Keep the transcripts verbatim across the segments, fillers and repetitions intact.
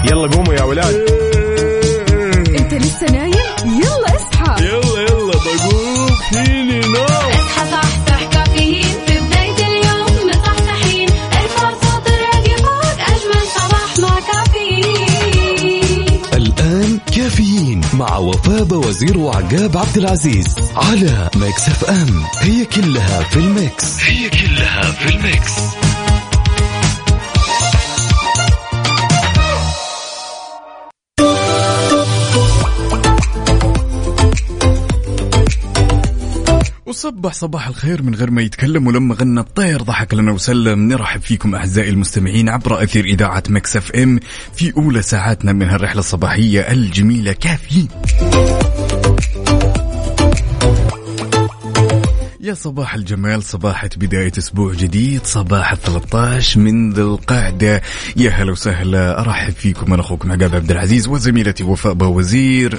يلا قوموا يا ولاد. انت لسه نايم؟ يلا اصحى. يلا يلا بقوم فيني نوم. اصحى صحصح كافيين في بداية اليوم مصحصحين. ارفع صوت الراديو فوق أجمل صباح مع كافيين. الآن كافيين مع وفاء وزير وعقاب عبد العزيز على ميكس اف ام. هي كلها في الميكس. هي كلها في الميكس. وصبح صباح الخير من غير ما يتكلم، ولما غنى الطير ضحك لنا وسلم. نرحب فيكم أعزائي المستمعين عبر أثير إذاعة ميكس اف ام في أولى ساعاتنا من هالرحلة الصباحية الجميلة كافيين. يا صباح الجمال، صباحة بداية أسبوع جديد، صباح الثلاثة عشر من ذي القعدة. يا هلا وسهلا، أرحب فيكم أنا أخوكم عقاب عبد العزيز وزميلتي وفاء وزير.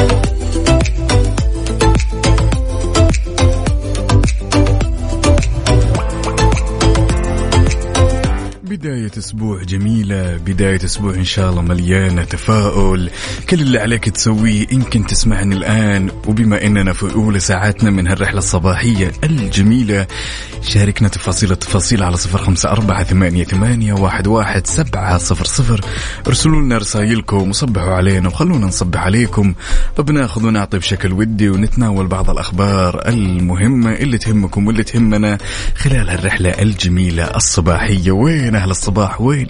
بداية أسبوع جميلة، بداية أسبوع إن شاء الله مليانة تفاؤل. كل اللي عليك تسويه إن كنت تسمعني الآن، وبما إننا في أولى ساعاتنا من هالرحلة الصباحية الجميلة، شاركنا تفاصيل التفاصيل على صفر خمسة أربعة ثمانية ثمانية واحد واحد سبعة صفر صفر. ارسلوا لنا رسائلكم وصبحوا علينا وخلونا نصبح عليكم. بناخذ ونعطي بشكل ودي ونتناول بعض الأخبار المهمة اللي تهمكم واللي تهمنا خلال هالرحلة الجميلة الصباحية. وين أهل الصباح وين؟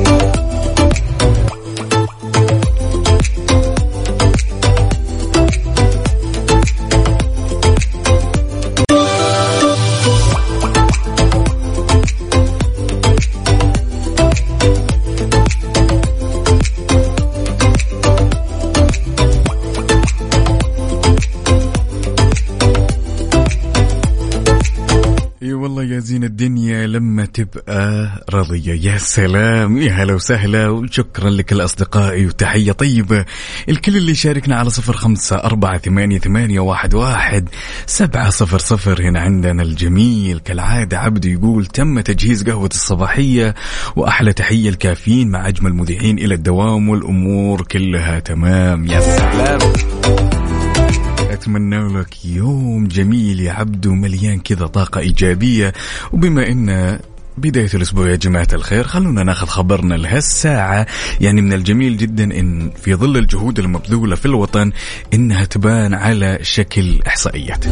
زين الدنيا لما تبقى رضية. يا سلام، يا هلا وسهلا، وشكرا لكل أصدقائي وتحية طيبة الكل اللي شاركنا على صفر خمسة أربعة ثمانية ثمانية واحد واحد سبعة صفر صفر. هنا عندنا الجميل كالعادة عبد يقول تم تجهيز قهوة الصباحية وأحلى تحية الكافيين مع أجمل مذيعين إلى الدوام والأمور كلها تمام. يا سلام، أتمنى لك يوم جميل يا عبدو مليان كذا طاقة إيجابية. وبما إن بداية الأسبوع يا جماعة الخير، خلونا ناخذ خبرنا لهالساعة. يعني من الجميل جدا إن في ظل الجهود المبذولة في الوطن إنها تبان على شكل إحصائيات.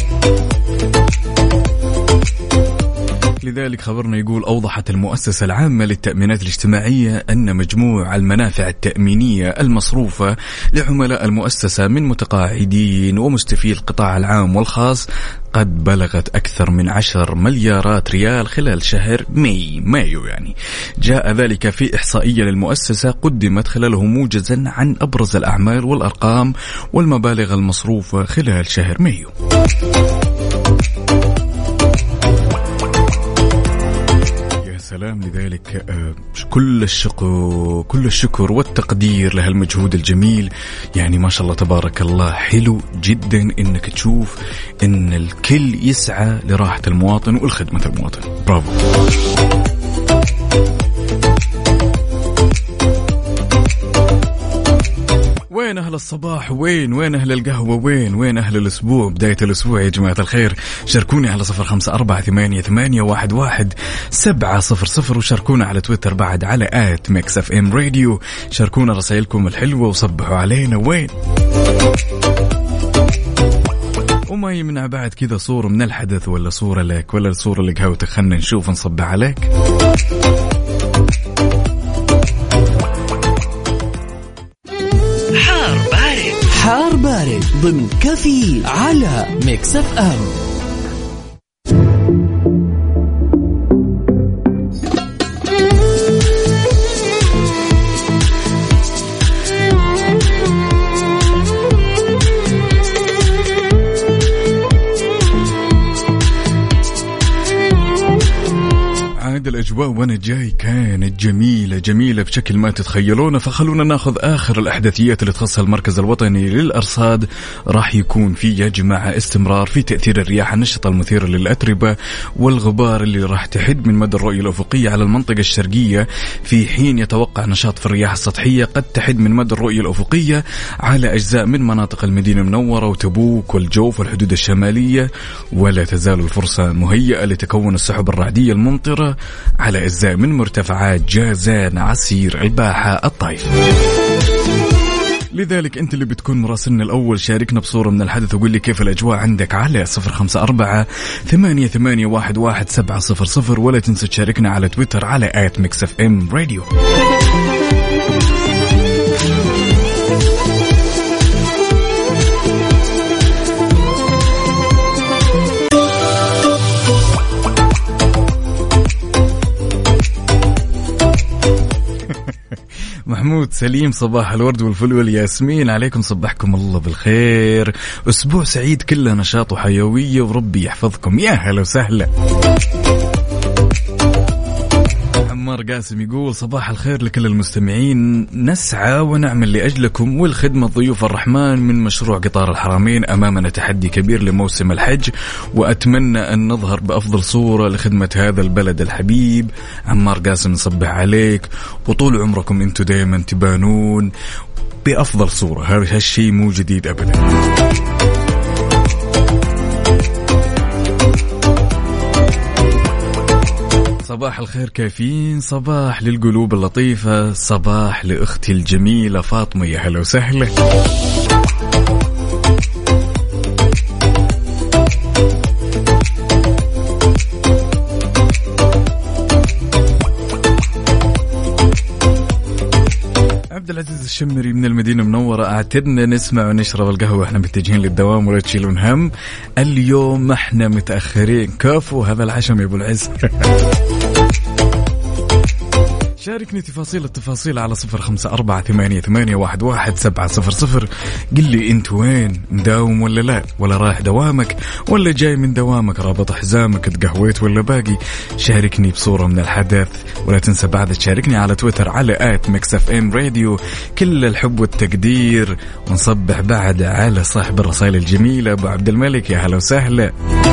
لذلك خبرنا يقول أوضحت المؤسسة العامة للتأمينات الاجتماعية أن مجموع المنافع التأمينية المصروفة لعملاء المؤسسة من متقاعدين ومستفيد القطاع العام والخاص قد بلغت أكثر من عشر مليارات ريال خلال شهر ماي مايو. يعني جاء ذلك في إحصائية للمؤسسة قدمت خلاله موجزا عن أبرز الأعمال والأرقام والمبالغ المصروفة خلال شهر مايو. سلام، لذلك كل الشكر كل الشكر والتقدير لهالمجهود الجميل. يعني ما شاء الله تبارك الله، حلو جدا انك تشوف ان الكل يسعى لراحة المواطن والخدمة المواطن. برافو. وين أهل الصباح؟ وين وين أهل القهوة؟ وين وين أهل الأسبوع؟ بداية الأسبوع يا جماعة الخير. شاركوني على صفر خمسة أربعة ثمانية ثمانية واحد واحد سبعة صفر صفر، وشاركونا على تويتر بعد على آت ميكس اف ام راديو. شاركونا رسائلكم الحلوة وصبحوا علينا. وين وما يمنع بعد كذا صورة من الحدث ولا صورة لك ولا صورة لقهوتك، خلنا نشوف نصبح عليك. حار بارد، حار بارد ضمن كافيين على ميكس اف ام. الأجواء وأنا جاي كانت جميلة جميلة بشكل ما تتخيلونه. فخلونا ناخذ آخر الأحداثيات اللي تخص المركز الوطني للأرصاد. راح يكون في يا جماعة استمرار في تأثير الرياح النشطة المثيرة للأتربة والغبار اللي راح تحد من مدى الرؤية الأفقية على المنطقة الشرقية، في حين يتوقع نشاط في الرياح السطحية قد تحد من مدى الرؤية الأفقية على أجزاء من مناطق المدينة المنورة وتبوك والجوف والحدود الشمالية. ولا تزال الفرصة مهيئة لتكون السحب الرعدية الممطرة على أجزاء من مرتفعات جازان، عسير، الباحة، الطايف. لذلك أنت اللي بتكون مراسلنا الأول شاركنا بصورة من الحدث وقول لي كيف الأجواء عندك على صفر خمسة أربعة ثمانية ثمانية واحد واحد سبعة صفر صفر. ولا تنسى تشاركنا على تويتر على آت ميكس اف ام راديو. محمود سليم صباح الورد والفل والياسمين عليكم، صبحكم الله بالخير، أسبوع سعيد كله نشاط وحيوية وربي يحفظكم. يا هلا وسهلا. عمار قاسم يقول صباح الخير لكل المستمعين، نسعى ونعمل لأجلكم والخدمة ضيوف الرحمن من مشروع قطار الحرمين. أمامنا تحدي كبير لموسم الحج وأتمنى أن نظهر بأفضل صورة لخدمة هذا البلد الحبيب. عمار قاسم نصبح عليك وطول عمركم أنتوا دائما تبانون بأفضل صورة، هذا هالشيء مو جديد أبدا. صباح الخير كافيين، صباح للقلوب اللطيفة، صباح لأختي الجميلة فاطمة، يا هلا وسهلا. عبد العزيز الشمري من المدينة المنورة، اعتدنا نسمع ونشرب القهوة احنا متجهين للدوام ولا تشيلون هم، اليوم احنا متأخرين. كفو هذا العشم يا ابو العز. شاركني تفاصيل التفاصيل على صفر خمسة أربعة ثمانية ثمانية واحد واحد سبعة صفر صفر. قل لي انت وين، مداوم ولا لا، ولا رايح دوامك ولا جاي من دوامك، رابط حزامك، تقهويت ولا باقي. شاركني بصورة من الحدث. ولا تنسى بعد تشاركني على تويتر على آت ميكس اف ام راديو. كل الحب والتقدير. ونصبح بعد على صاحب الرسائل الجميلة ابو عبد الملك، يا هلا وسهلا.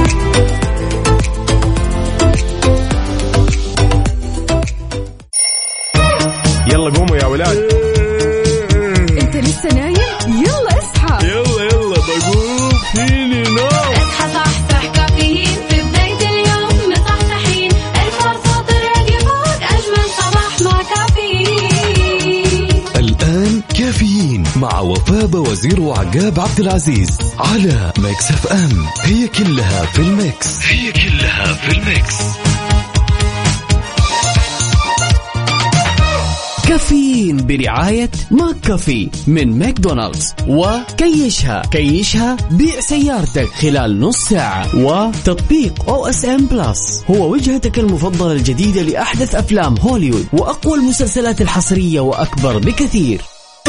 يلا قوموا يا ولاد. انت لسه نايم؟ يلا اصحى. يلا يلا بقوم فيني نوم. اصحى صحصح كافيين في بداية اليوم مصحصحين، الفرصة تراقي فوق أجمل صباح مع كافيين. الآن كافيين مع وفاء وزير وعقاب عبد العزيز على ميكس اف ام. هي كلها في الميكس، هي كلها في الميكس. كافيين برعاية ماك كافي من ماكدونالدز، وكيشها كيشها بيع سيارتك خلال نص ساعة، وتطبيق أو إس إم بلس هو وجهتك المفضلة الجديدة لأحدث أفلام هوليوود وأقوى المسلسلات الحصرية وأكبر بكثير.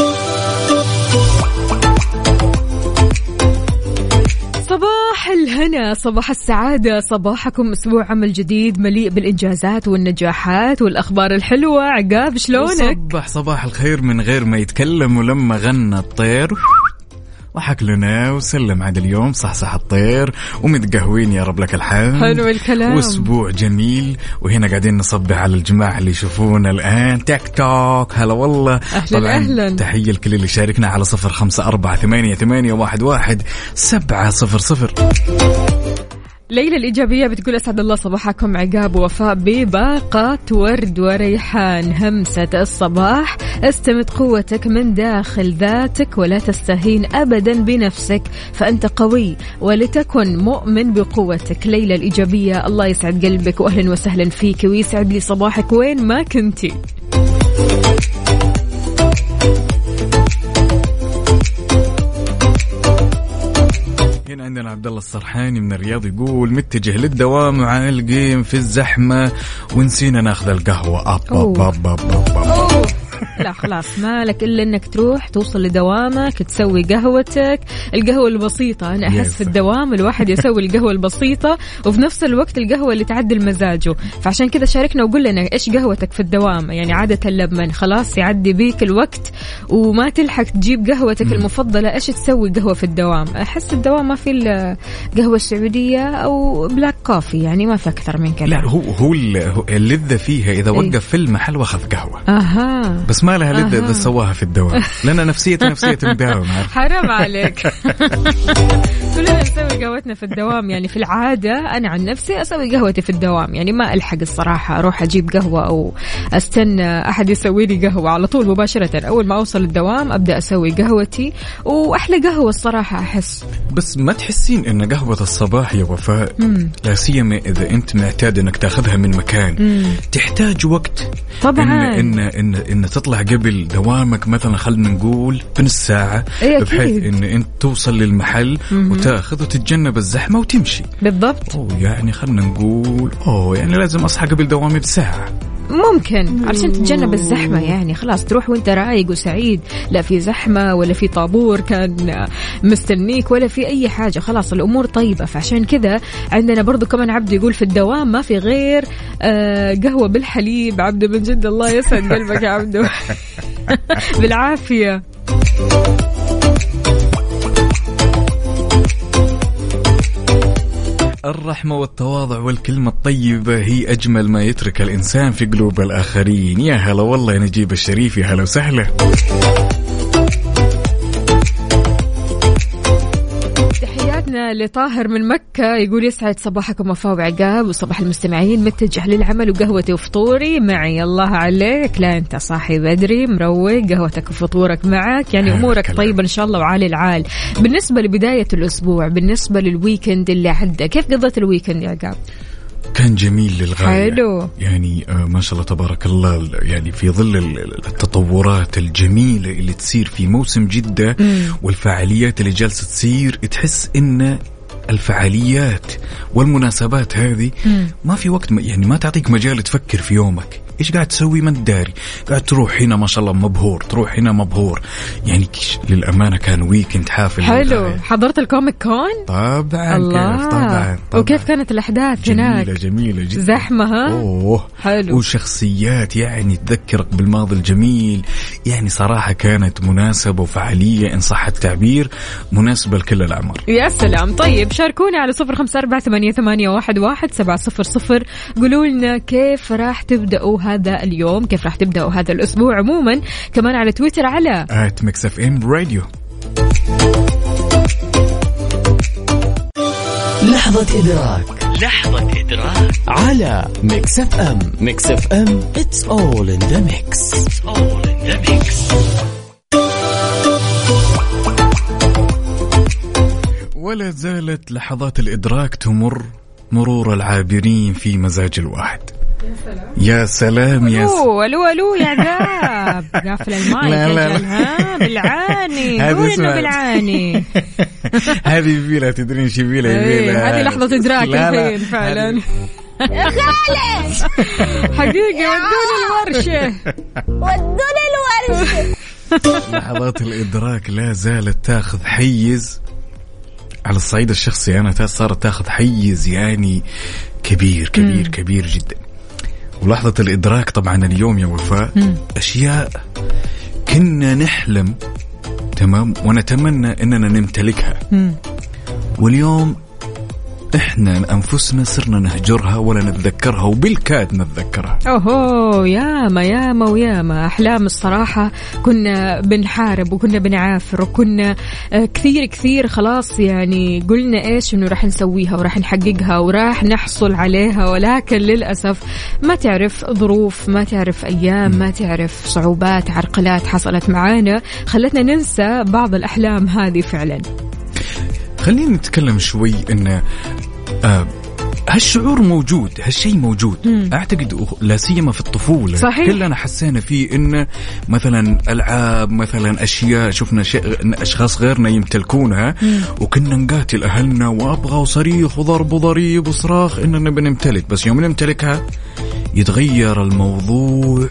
صباح الهنا، صباح السعادة، صباحكم أسبوع عمل جديد مليء بالإنجازات والنجاحات والأخبار الحلوة. عقاب شلونك؟ صبح صباح الخير من غير ما يتكلم، ولما غنى الطير وحك لنا وسلم عاد اليوم صحصح الطير ومتقهوين يا رب لك الحمد. حلو الكلام، واسبوع جميل. وهنا قاعدين نصبح على الجماعة اللي يشوفونا الآن تيك توك. هلا والله. أهلا طبعا أهلا. تحية لكل اللي شاركنا على صفر خمسة أربعة ثمانية ثمانية واحد واحد سبعة صفر صفر. ليلى الإيجابية بتقول أسعد الله صباحكم عقاب ووفاء بباقة ورد وريحان. همسة الصباح: استمد قوتك من داخل ذاتك ولا تستهين أبدا بنفسك فأنت قوي، ولتكن مؤمن بقوتك. ليلى الإيجابية الله يسعد قلبك وأهلا وسهلا فيك ويسعد لي صباحك وين ما كنتي. هنا عندنا عبد الله السرحاني من الرياض يقول متجه للدوام وعالقين في الزحمة ونسينا ناخذ القهوة. أب أب أب أب أب. أوه. لا خلاص مالك إلا أنك تروح توصل لدوامك تسوي قهوتك. القهوة البسيطة أنا أحس في الدوام الواحد يسوي القهوة البسيطة وفي نفس الوقت القهوة اللي تعدل مزاجه. فعشان كذا شاركنا وقول لنا إيش قهوتك في الدوام. يعني عادة لما خلاص يعدي بيك الوقت وما تلحق تجيب قهوتك المفضلة إيش تسوي قهوة في الدوام. أحس الدوام ما في القهوة السعودية أو بلاك كوفي يعني ما في أكثر من كذا. لا هو هو اللذة فيها إذا وقف في المحل واخذ قهوة. أها. بس ما لها لذة إذا سواها في الدوام لأن نفسية نفسية مداوم. حرام عليك. كلنا نسوي قهوتنا في الدوام. يعني في العادة أنا عن نفسي أسوي قهوتي في الدوام. يعني ما ألحق الصراحة أروح أجيب قهوة أو أستنى أحد يسوي لي قهوة. على طول مباشرة أول ما أوصل الدوام أبدأ أسوي قهوتي وأحلى قهوة الصراحة أحس. بس ما تحسين إن قهوة الصباح يا وفاء لا سيما إذا أنت معتاد إنك تأخذها من مكان مم. تحتاج وقت طبعا إن, إن, إن, إن تطلع قبل دوامك مثلا خلنا نقول بنص ساعة إيه بحيث إن أنت توصل للمحل مم. وتأخذ وتتجنب الزحمة وتمشي بالضبط. أوه يعني خلنا نقول أوه يعني لازم أصحى قبل دوامي بساعة ممكن علشان تتجنب الزحمة. يعني خلاص تروح وانت رايق وسعيد لا في زحمة ولا في طابور كان مستنيك ولا في أي حاجة. خلاص الأمور طيبة. فعشان كذا عندنا برضو كمان عبد يقول في الدوام ما في غير آه قهوة بالحليب. عبد من جد الله يسعد قلبك يا عبدو. بالعافية. الرحمة والتواضع والكلمة الطيبة هي أجمل ما يترك الإنسان في قلوب الآخرين. يا هلا والله يا نجيب الشريف. يا هلا وسهلا. تحياتنا لطاهر من مكة يقول يسعد صباحكم وفاء وعقاب وصباح المستمعين. متجه للعمل وقهوتي وفطوري معي. الله عليك. لا أنت صاحي بدري مروق قهوتك وفطورك معك. يعني أمورك طيبة إن شاء الله وعالي العال. بالنسبة لبداية الأسبوع بالنسبة للويكند اللي عدى كيف قضيت الويكند يا عقاب؟ كان جميل للغاية. حلو. يعني آه ما شاء الله تبارك الله. يعني في ظل التطورات الجميلة اللي تصير في موسم جدة مم. والفعاليات اللي جالسة تصير تحس إن الفعاليات والمناسبات هذه مم. ما في وقت يعني ما تعطيك مجال تفكر في يومك إيش قاعد تسوي ما تداري. قاعد تروح هنا ما شاء الله مبهور تروح هنا مبهور. يعني للأمانة كان ويكند حافل. حلو للغاية. حضرت الكوميك كون؟ طبعا. الله. كيف طبعا, طبعا. وكيف كانت الأحداث جميلة هناك؟ جميلة جدا. زحمة ها؟ أوه. حلو. وشخصيات يعني تذكرك بالماضي الجميل. يعني صراحة كانت مناسبة وفعالية إن صح التعبير مناسبة لكل الأعمار. يا سلام. طيب شاركونا على صفر خمسة أربعة ثمانية ثمانية واحد واحد سبعة صفر صفر. قولوا لنا كيف راح تبدأوا هذا اليوم كيف راح تبدأوا هذا الأسبوع. عموما كمان على تويتر على آت ميكس اف ام راديو. لحظة إدراك لحظة إدراك على ميكس اف ام. ميكس اف ام it's all in the mix. It's all in the mix. ولا زالت لحظات الإدراك تمر مرور العابرين في مزاج الواحد. يا سلام. يا سلام. الو الو الو يا عقاب قافل المايك. لا لا ها بالعاني. قول انه بالعاني. هذه يبيلها تدرين شو يبيلها يبيلها. هذه لحظة إدراك الحين فعلا. يا خالد حقيقي ودوني الورشة ودوني الورشة. لحظات الإدراك لا زالت تاخذ حيز على الصعيد الشخصي. أنا صارت تاخذ حيز يعني كبير كبير مم. كبير جدا. ولحظة الإدراك طبعا اليوم يا وفاء مم. أشياء كنا نحلم تمام ونتمنى أننا نمتلكها مم. واليوم إحنا أنفسنا صرنا نهجرها ولا نتذكرها وبالكاد نتذكرها. أوه ياما ياما وياما أحلام الصراحة كنا بنحارب وكنا بنعافر وكنا كثير كثير خلاص يعني قلنا إيش إنه راح نسويها وراح نحققها وراح نحصل عليها. ولكن للأسف ما تعرف ظروف ما تعرف أيام ما تعرف صعوبات عرقلات حصلت معانا خلتنا ننسى بعض الأحلام هذه فعلا. خلينا نتكلم شوي إن آه هالشعور موجود هالشيء موجود مم. أعتقد لا سيما في الطفولة. صحيح. كلنا حسينا فيه إن مثلا ألعاب مثلا أشياء شفنا أشخاص غيرنا يمتلكونها مم. وكنا نقاتل أهلنا وأبغى وصريخ وضرب وضريب وصراخ إننا بنمتلك. بس يوم نمتلكها يتغير الموضوع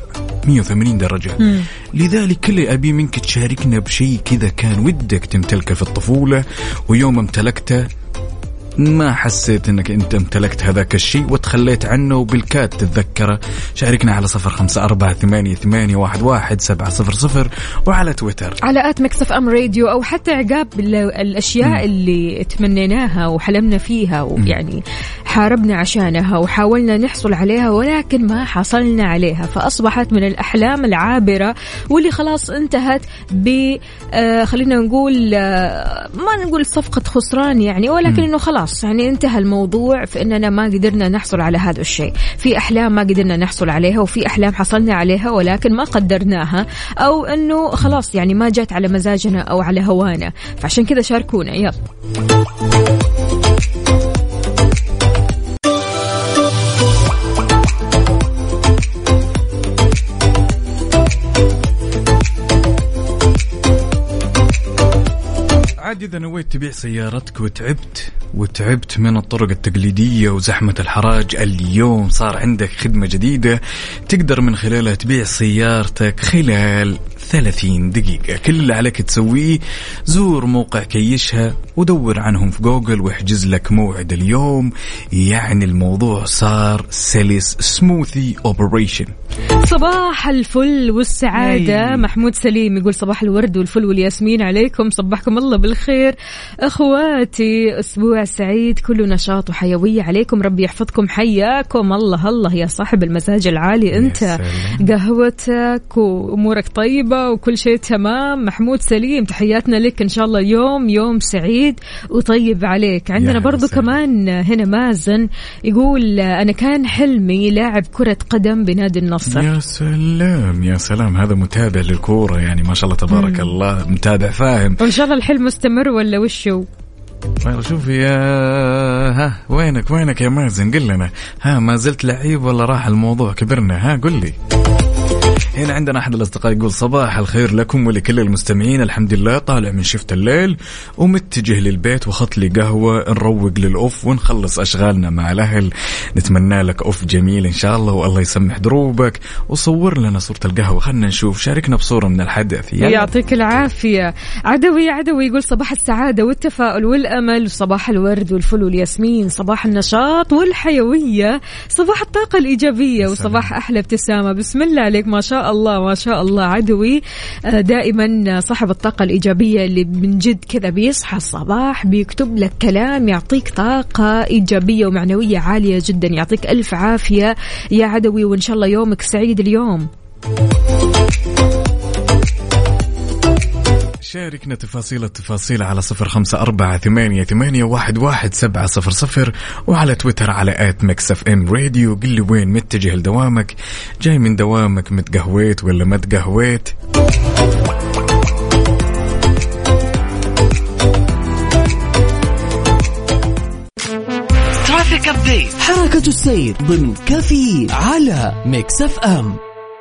ثلاثمية وثمانين درجة. مم. لذلك كل أبي منك تشاركنا بشيء كذا كان ودك تمتلكه في الطفولة ويوم امتلكته ما حسيت انك انت امتلكت هذاك الشيء وتخليت عنه وبالكاد تتذكره. شاركنا على صفر خمسة أربعة ثمانية ثمانية واحد واحد سبعة صفر صفر وعلى تويتر على آت ميكس اف ام راديو، أو حتى عقاب الأشياء م. اللي تمنيناها وحلمنا فيها ويعني حاربنا عشانها وحاولنا نحصل عليها ولكن ما حصلنا عليها، فأصبحت من الأحلام العابرة واللي خلاص انتهت ب آه خلينا نقول آه ما نقول صفقة خسران يعني، ولكن م. إنه خلاص يعني انتهى الموضوع في أننا ما قدرنا نحصل على هذا الشيء. في أحلام ما قدرنا نحصل عليها وفي أحلام حصلنا عليها ولكن ما قدرناها، أو أنه خلاص يعني ما جات على مزاجنا أو على هوانا، فعشان كذا شاركونا يلا. عاد إذا نويت تبيع سيارتك وتعبت وتعبت من الطرق التقليدية وزحمة الحراج، اليوم صار عندك خدمة جديدة تقدر من خلالها تبيع سيارتك خلال ثلاثين دقيقة. كل اللي عليك تسويه زور موقع كيشها ودور عنهم في جوجل واحجز لك موعد اليوم. يعني الموضوع صار سلس سموثي اوبريشن. صباح الفل والسعادة. أي. محمود سليم يقول صباح الورد والفل والياسمين عليكم، صبحكم الله بالخير اخواتي، اسبوع سعيد كله نشاط وحيوية عليكم، ربي يحفظكم، حياكم الله. الله يا صاحب المزاج العالي انت، قهوتك وامورك طيبة وكل شيء تمام. محمود سليم تحياتنا لك، ان شاء الله يوم يوم سعيد وطيب عليك. عندنا برضو سلام. كمان هنا مازن يقول انا كان حلمي لاعب كرة قدم بنادي النصر. يا سلام يا سلام، هذا متابع للكورة يعني ما شاء الله تبارك مم. الله، متابع فاهم. وإن شاء الله الحلم مستمر ولا وشو؟ شوف يا ها وينك وينك يا مازن، قل لنا ها ما زلت لعيب ولا راح الموضوع كبرنا؟ ها قل لي. هنا عندنا أحد الأصدقاء يقول صباح الخير لكم ولكل المستمعين، الحمد لله طالع من شفت الليل ومتجه للبيت وخط لي قهوة نروق للأوف ونخلص أشغالنا مع الأهل. نتمنى لك أوف جميل إن شاء الله والله يسمح دروبك، وصور لنا صورة القهوة خلنا نشوف، شاركنا بصورة من الحدث. يعطيك العافية. عدوي عدوي يقول صباح السعادة والتفاؤل والأمل، وصباح الورد والفل والياسمين، صباح النشاط والحيوية، صباح الطاقة الإيجابية، وصباح أحلى ابتسامة. بسم الله عليك ما شاء الله ما شاء الله عدوي، دائما صاحب الطاقة الإيجابية اللي من جد كذا بيصحى الصباح بيكتب لك كلام يعطيك طاقة إيجابية ومعنوية عالية جدا. يعطيك ألف عافية يا عدوي، وإن شاء الله يومك سعيد اليوم. شاركنا تفاصيل التفاصيل على صفر خمسة أربعة ثمانية ثمانية واحد واحد سبعة صفر صفر وعلى تويتر على آت ميكس اف ام راديو. قل لي وين متجه لدوامك، جاي من دوامك متقهويت ولا ما تقهويت؟ ترافيك أبديت، حركة السير ضمن كافيين على ميكس اف ام.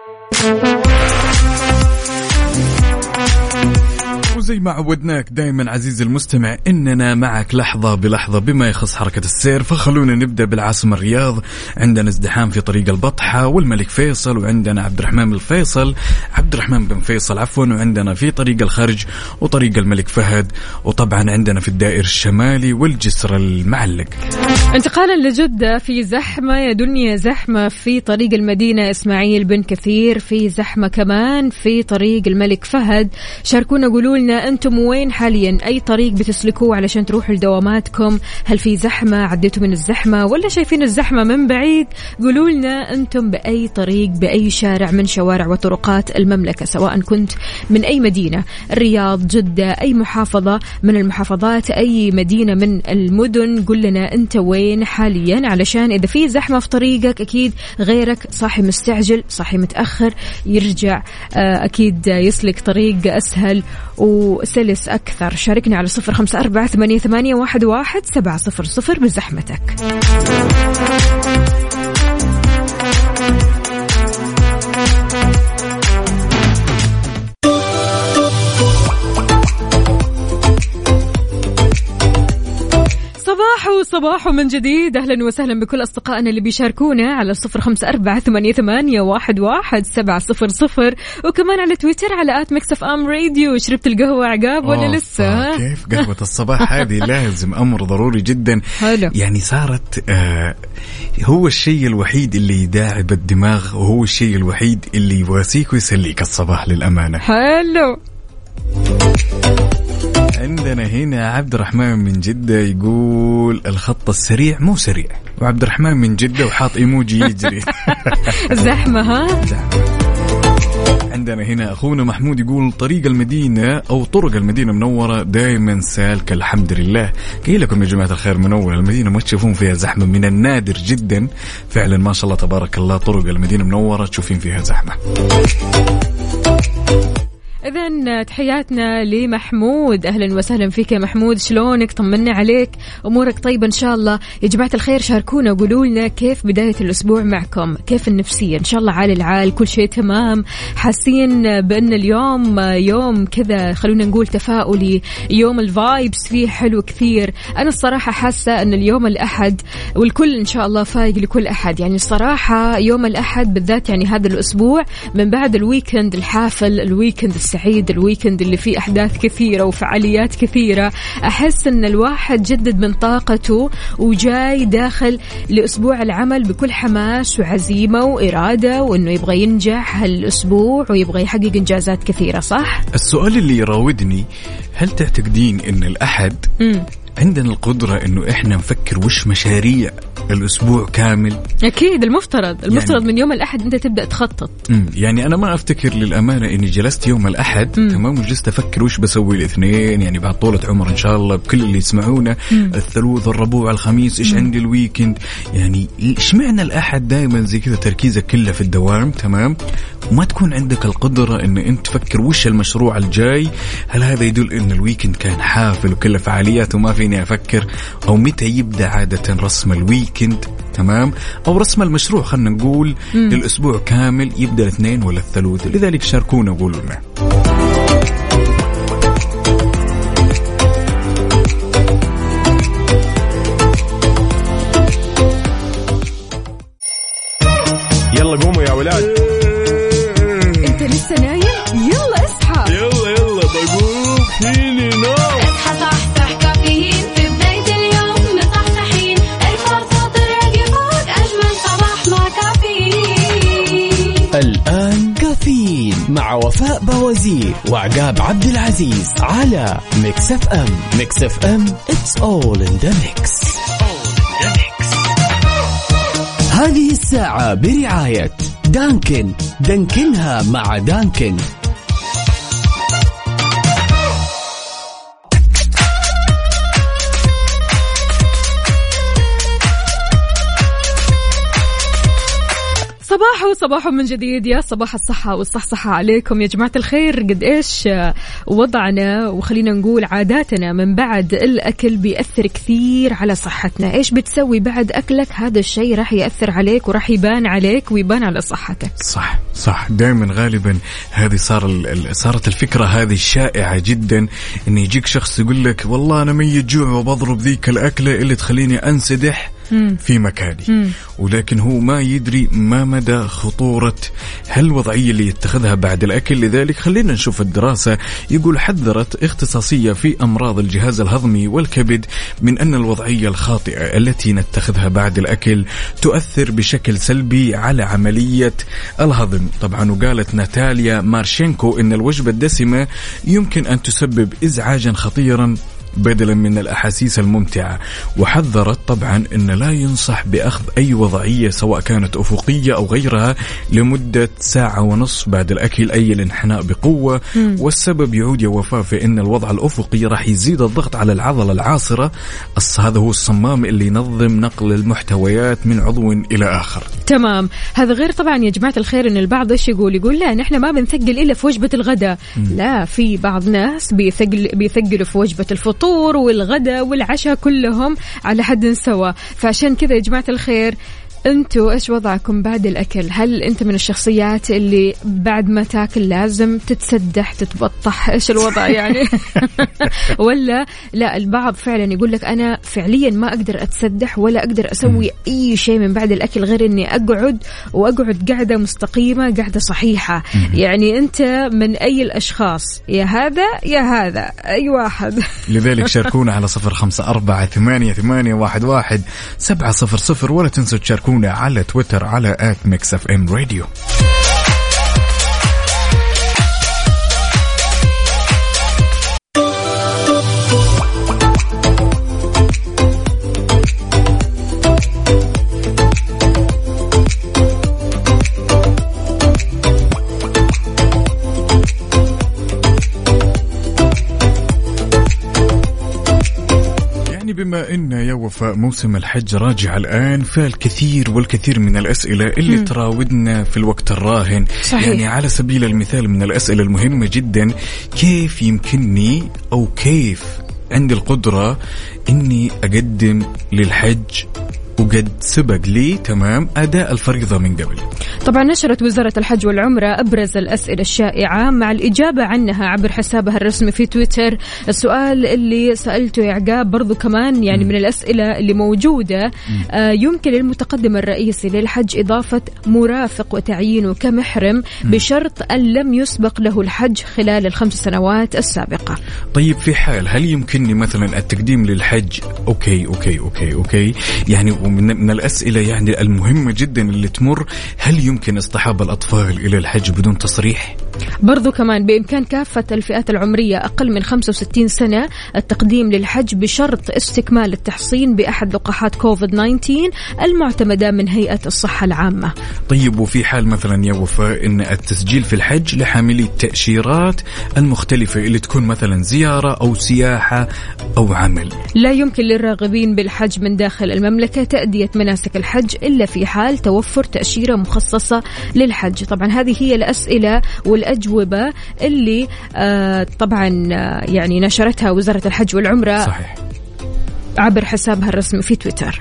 وزي ما عودناك دائما عزيزي المستمع إننا معك لحظة بلحظة بما يخص حركة السير. فخلونا نبدأ بالعاصمة الرياض. عندنا ازدحام في طريق البطحة والملك فيصل، وعندنا عبد الرحمن الفيصل عبد الرحمن بن فيصل عفوا، وعندنا في طريق الخرج وطريق الملك فهد، وطبعا عندنا في الدائر الشمالي والجسر المعلق. انتقالا لجدة في زحمة يا دنيا، زحمة في طريق المدينة إسماعيل بن كثير، في زحمة كمان في طريق الملك فهد. شاركونا قولوا لنا أنتم وين حاليا، أي طريق بتسلكوه علشان تروحوا لدواماتكم؟ هل في زحمة، عديتوا من الزحمة ولا شايفين الزحمة من بعيد؟ قولوا لنا أنتم بأي طريق بأي شارع من شوارع وطرقات المملكة، سواء كنت من أي مدينة، الرياض، جدة، أي محافظة من المحافظات، أي مدينة من المدن. قل لنا أنت وين حاليا، علشان إذا في زحمة في طريقك أكيد غيرك صاحي مستعجل صاحي متأخر يرجع أكيد يسلك طريق أسهل وسلس أكثر. شاركنا على صفر خمسة أربعة ثمانية ثمانية واحد واحد سبعة صفر صفر بزحمتك. صباح وصباح من جديد. أهلا وسهلا بكل أصدقائنا اللي بيشاركونا على صفر خمسة أربعة ثمانية ثمانية واحد واحد سبعة صفر صفر، وكمان على تويتر على آت ميكس أف أم راديو. شربت القهوة عقاب ولا لسه؟ كيف قهوة الصباح هذه لازم أمر ضروري جدا. حلو. يعني صارت آه هو الشيء الوحيد اللي يداعب الدماغ، وهو الشيء الوحيد اللي يواسيك ويسليك الصباح للأمانة. حلو. عندنا هنا عبد الرحمن من جدة يقول الخط السريع مو سريع، وعبد الرحمن من جدة وحاط إيموجي يجري. زحمة ها؟ عندنا هنا أخونا محمود يقول طريق المدينة أو طرق المدينة منورة دائما سالكة الحمد لله. قايل لكم يا جماعة الخير منورة المدينة، ما تشوفون فيها زحمة، من النادر جدا فعلا ما شاء الله تبارك الله طرق المدينة منورة تشوفين فيها زحمة. إذن تحياتنا لمحمود، أهلا وسهلا فيك يا محمود، شلونك؟ طمنا عليك، أمورك طيبة إن شاء الله. يا جماعة الخير شاركونا وقولوا لنا كيف بداية الأسبوع معكم، كيف النفسية؟ إن شاء الله عال العال كل شيء تمام، حاسين بأن اليوم يوم كذا خلونا نقول تفاؤلي، يوم الفايبس فيه حلو كثير. أنا الصراحة حاسة أن اليوم الأحد والكل إن شاء الله فايق لكل أحد، يعني الصراحة يوم الأحد بالذات يعني هذا الأسبوع من بعد الويكند الحافل، الويكند سعيد، الويكند اللي فيه أحداث كثيرة وفعاليات كثيرة، أحس أن الواحد جدد من طاقته وجاي داخل لأسبوع العمل بكل حماس وعزيمة وإرادة، وأنه يبغى ينجح هالأسبوع ويبغى يحقق إنجازات كثيرة. صح؟ السؤال اللي يراودني، هل تعتقدين أن الأحد م. عندنا القدرة أنه إحنا نفكر وش مشاريع الأسبوع كامل؟ أكيد المفترض المفترض يعني من يوم الأحد أنت تبدأ تخطط. مم. يعني أنا ما أفتكر للأمانة إني جلست يوم الأحد مم. تمام وجلست أفكر وش بسوي الاثنين، يعني بعد طولة عمر إن شاء الله بكل اللي يسمعونا مم. الثلاث الربوع الخميس إيش مم. عندي الويكند، يعني إيش معنى الأحد دائما زي كذا تركيزك كله في الدوام تمام، وما تكون عندك القدرة إن أنت تفكر وش المشروع الجاي. هل هذا يدل إن الويكند كان حافل وكله فعاليات وما فيني أفكر؟ أو متى يبدأ عادة رسم الويكند تمام، أو رسم المشروع خلنا نقول مم. للأسبوع كامل يبدأ الاثنين ولا الثلاث؟ لذلك شاركونا وقولوا لنا. يلا قوموا يا ولاد. انت لسه نايم؟ يلا اصحى. يلا يلا بقوم فيني نوم. اصحى صحصح كافيين في بداية اليوم مصحصحين، الفرصة تراقي فوق أجمل صباح مع كافيين. الآن كافيين مع وفاء بوازير وعقاب عبد العزيز على ميكس اف ام. ميكس اف ام it's all in the mix. هذه الساعة برعاية دانكن، دانكنها مع دانكن. صباح وصباح من جديد، يا صباح الصحة والصحصحة عليكم يا جماعة الخير. قد إيش وضعنا وخلينا نقول عاداتنا من بعد الأكل بيأثر كثير على صحتنا. إيش بتسوي بعد أكلك هذا الشيء راح يأثر عليك وراح يبان عليك ويبان على صحتك. صح صح، دائما غالبا هذه صار صارت الفكرة هذه الشائعة جدا، إن يجيك شخص يقول لك والله أنا ميت جوع وبضرب ذيك الأكلة اللي تخليني أنسدح في مكاني مم. ولكن هو ما يدري ما مدى خطورة هالوضعية اللي يتخذها بعد الأكل. لذلك خلينا نشوف الدراسة. يقول حذرت اختصاصية في أمراض الجهاز الهضمي والكبد من أن الوضعية الخاطئة التي نتخذها بعد الأكل تؤثر بشكل سلبي على عملية الهضم. طبعا وقالت ناتاليا مارشينكو إن الوجبة الدسمة يمكن أن تسبب إزعاجا خطيرا بدلا من الأحاسيس الممتعة، وحذرت طبعا أن لا ينصح بأخذ أي وضعية سواء كانت أفقية أو غيرها لمدة ساعة ونصف بعد الأكل، أي الانحناء بقوة. م. والسبب يعود يا وفاء في أن الوضع الأفقي راح يزيد الضغط على العضلة العاصرة، هذا هو الصمام اللي ينظم نقل المحتويات من عضو إلى آخر. تمام. هذا غير طبعا يا جماعة الخير أن البعض إيش يقول يقول لا نحن ما بنثقل إلا في وجبة الغداء. لا، في بعض ناس بيثقل بيثقلوا في وجبة الفطور والغداء والعشاء كلهم على حد سوا. فعشان كذا يا جماعة الخير أنتوا إيش وضعكم بعد الأكل؟ هل أنت من الشخصيات اللي بعد ما تاكل لازم تتسدح تتبطح؟ إيش الوضع يعني؟ ولا لا، البعض فعلا يقول لك أنا فعليا ما أقدر أتسدح ولا أقدر أسوي أي شيء من بعد الأكل غير إني أقعد وأقعد قاعدة مستقيمة، قاعدة صحيحة. يعني أنت من أي الأشخاص؟ يا هذا يا هذا، أي واحد. لذلك شاركونا على صفر خمسة أربعة ثمانية ثمانية واحد واحد سبعة صفر صفر، ولا تنسوا تشاركونا على تويتر على آت ميكس اف ام راديو. بما إن يا وفاء موسم الحج راجع الآن، فالكثير والكثير من الأسئلة اللي م. تراودنا في الوقت الراهن. صحيح. يعني على سبيل المثال من الأسئلة المهمة جدا، كيف يمكنني أو كيف عندي القدرة إني أقدم للحج وقد سبق لي تمام أداء الفريضة من قبل؟ طبعا نشرت وزارة الحج والعمرة أبرز الأسئلة الشائعة مع الإجابة عنها عبر حسابها الرسمي في تويتر. السؤال اللي سألته يا عقاب برضو كمان يعني م. من الأسئلة اللي موجودة، آه يمكن للمتقدم الرئيسي للحج إضافة مرافق وتعيينه كمحرم م. بشرط أن لم يسبق له الحج خلال الخمس سنوات السابقة. طيب في حال هل يمكنني مثلا التقديم للحج؟ أوكي أوكي أوكي أوكي يعني ومن من الأسئلة يعني المهمة جدا اللي تمر، هل يمكن اصطحاب الأطفال إلى الحج بدون تصريح؟ برضو كمان بإمكان كافة الفئات العمرية أقل من خمسة وستين سنة التقديم للحج بشرط استكمال التحصين بأحد لقاحات كوفيد تسعة عشر المعتمدة من هيئة الصحة العامة. طيب وفي حال مثلا يا وفاء إن التسجيل في الحج لحاملي التأشيرات المختلفة اللي تكون مثلا زيارة أو سياحة أو عمل، لا يمكن للراغبين بالحج من داخل المملكة تأدية مناسك الحج إلا في حال توفر تأشيرة مخصصة للحج. طبعا هذه هي الأسئلة والأجوبة اللي آه طبعا آه يعني نشرتها وزارة الحج والعمرة. صحيح. عبر حسابها الرسمي في تويتر.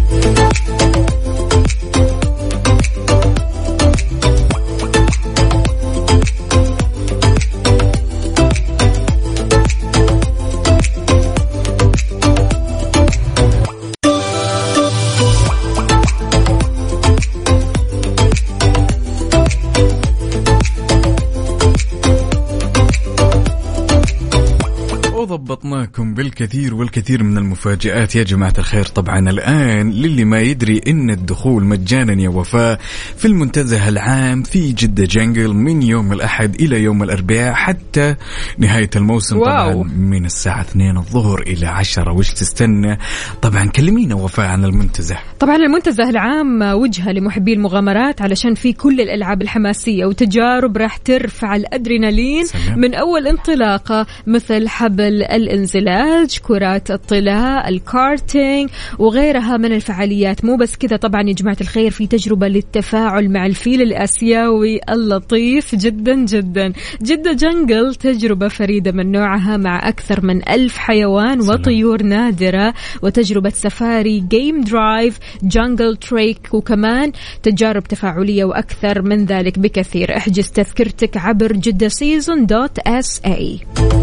ضبطناكم بالكثير والكثير من المفاجآت يا جماعة الخير. طبعا الآن للي ما يدري إن الدخول مجانا يا وفاء في المنتزه العام في جدة جنجل من يوم الأحد إلى يوم الأربعاء حتى نهاية الموسم. واو. طبعا من الساعة اثنين الظهر إلى عشرة. وش تستنى؟ طبعا كلمينا وفاء عن المنتزه. طبعا المنتزه العام وجهة لمحبي المغامرات علشان في كل الألعاب الحماسية وتجارب راح ترفع الأدرينالين. سلام. من أول انطلاقة مثل حبل الانزلاج، كرات الطلاء، الكارتينج وغيرها من الفعاليات. مو بس كذا طبعا يا جماعة الخير، في تجربة للتفاعل مع الفيل الآسيوي اللطيف جدا جدا. جدة جنجل تجربة فريدة من نوعها مع أكثر من ألف حيوان وطيور نادرة، وتجربة سفاري، جيم درايف، جنجل تريك، وكمان تجارب تفاعلية وأكثر من ذلك بكثير. احجز تذكرتك عبر جدة سيزون دوت اس اي.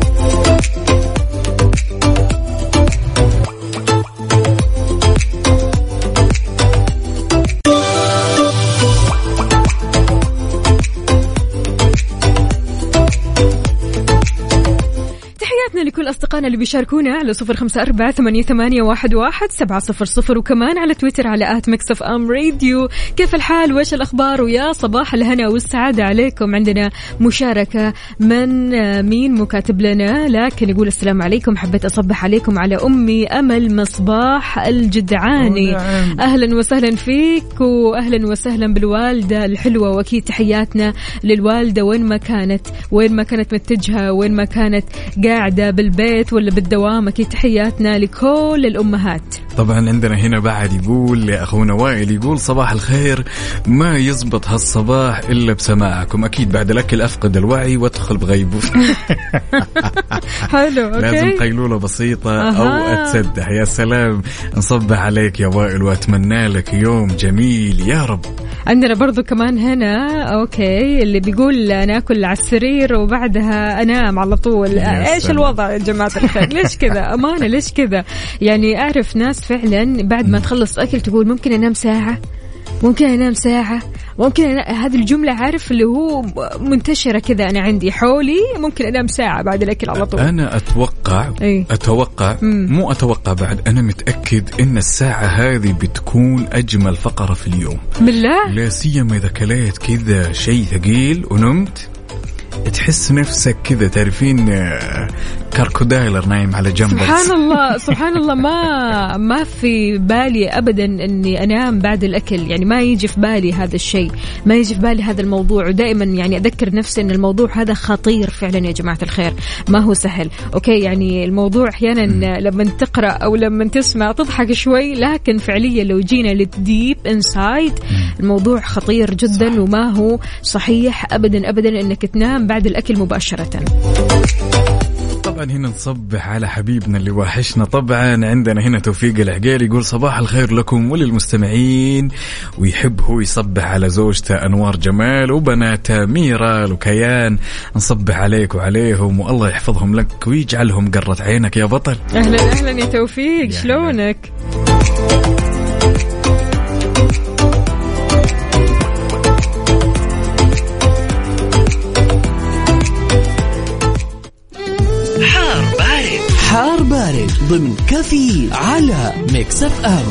لكل أصدقائنا اللي بيشاركونا على صفر خمسة أربعة ثمانية ثمانية واحد واحد سبعة صفر صفر، وكمان على تويتر على آت ميكس أف أم راديو. كيف الحال وإيش الأخبار؟ ويا صباح الهنا والسعادة عليكم. عندنا مشاركة من مين مكاتب لنا لكن يقول السلام عليكم، حبيت أصبح عليكم على أمي أمل مصباح الجدعاني. أهلا وسهلا فيك وأهلا وسهلا بالوالدة الحلوة، وأكيد تحياتنا للوالدة وين ما كانت وين ما كانت متجهة وين ما كانت قاعدة بالبيت ولا بالدوام. أكيد تحياتنا لكل الأمهات. طبعا عندنا هنا بعد يقول أخونا وائل يقول صباح الخير، ما يزبط هالصباح إلا بسماعكم، أكيد بعد الأكل أفقد الوعي وأدخل بغيبوبة. حلو أوكي. لازم قيلولة بسيطة أو أتسدح. يا سلام، نصبح عليك يا وائل وأتمنى لك يوم جميل يا رب. عندنا برضو كمان هنا أوكي اللي بيقول ناكل على السرير وبعدها أنام على طول. إيش سلام. الوضع يا جماعة الخير؟ ليش كذا؟ أمانة ليش كذا؟ يعني أعرف ناس فعلا بعد ما تخلص أكل تقول ممكن أنام ساعة، ممكن أنام ساعة، ممكن أنام. هذه الجملة عارف اللي هو منتشرة كذا، أنا عندي حولي ممكن أنام ساعة بعد الأكل على طول. أنا أتوقع أي. أتوقع مم. مو أتوقع بعد، أنا متأكد إن الساعة هذه بتكون أجمل فقرة في اليوم، بالله. لا سيما إذا كليت كذا شيء ثقيل ونمت، تحس نفسك كذا تعرفين كاركودايلر نايم على جنب. سبحان الله سبحان الله، ما ما في بالي أبدا أني أنام بعد الأكل، يعني ما يجي في بالي هذا الشيء، ما يجي في بالي هذا الموضوع. ودائما يعني أذكر نفسي أن الموضوع هذا خطير فعلا يا جماعة الخير، ما هو سهل. أوكي يعني الموضوع أحيانا لما تقرأ أو لما تسمع تضحك شوي، لكن فعليا لو جينا للديب إنسايد الموضوع خطير جدا، صح. وما هو صحيح أبدا أبدا أنك تنام بعد الأكل مباشرة. طبعا هنا نصبح على حبيبنا اللي واحشنا. طبعا عندنا هنا توفيق العقيل يقول صباح الخير لكم وللمستمعين، ويحب هو يصبح على زوجته أنوار جمال وبناته ميرا لوكيان. نصبح عليك وعليهم والله يحفظهم لك ويجعلهم قرة عينك يا بطل. أهلا أهلا يا توفيق، شلونك؟ حار بارد ضمن كافيين على ميكس اف ام.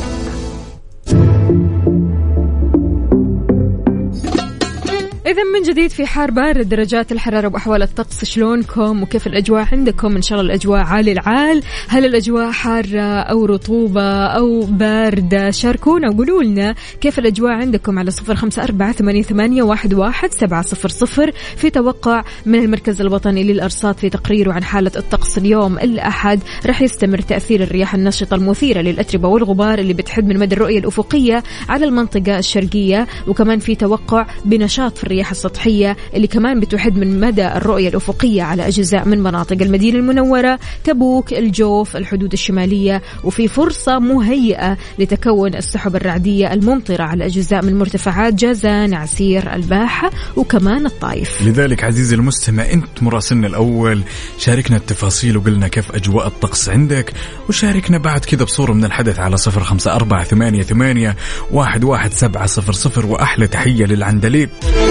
إذا من جديد في حار بارد، درجات الحرارة وأحوال الطقس شلونكم وكيف الأجواء عندكم؟ إن شاء الله الأجواء عالي العال. هل الأجواء حارة أو رطوبة أو باردة؟ شاركونا وقولوا لنا كيف الأجواء عندكم على صفر خمسة أربعة ثمانية ثمانية واحد واحد سبعة صفر صفر. في توقع من المركز الوطني للأرصاد في تقريره عن حالة الطقس اليوم الأحد، رح يستمر تأثير الرياح النشطة المثيرة للأتربة والغبار اللي بتحد من مدى الرؤية الأفقية على المنطقة الشرقية، وكمان في توقع بنشاط في الرياح السطحية اللي كمان بتحد من مدى الرؤية الأفقية على أجزاء من مناطق المدينة المنورة، تبوك، الجوف، الحدود الشمالية، وفي فرصة مهيئة لتكون السحب الرعدية الممطرة على أجزاء من مرتفعات جازان، عسير، الباحة، وكمان الطائف. لذلك عزيزي المستمع، أنت مراسلنا الأول، شاركنا التفاصيل وقلنا كيف أجواء الطقس عندك، وشاركنا بعد كذا بصورة من الحدث على صفر خمسة أربعة ثمانية ثمانية واحد واحد سبعة صفر صفر. وأحلى تحية للعندليب.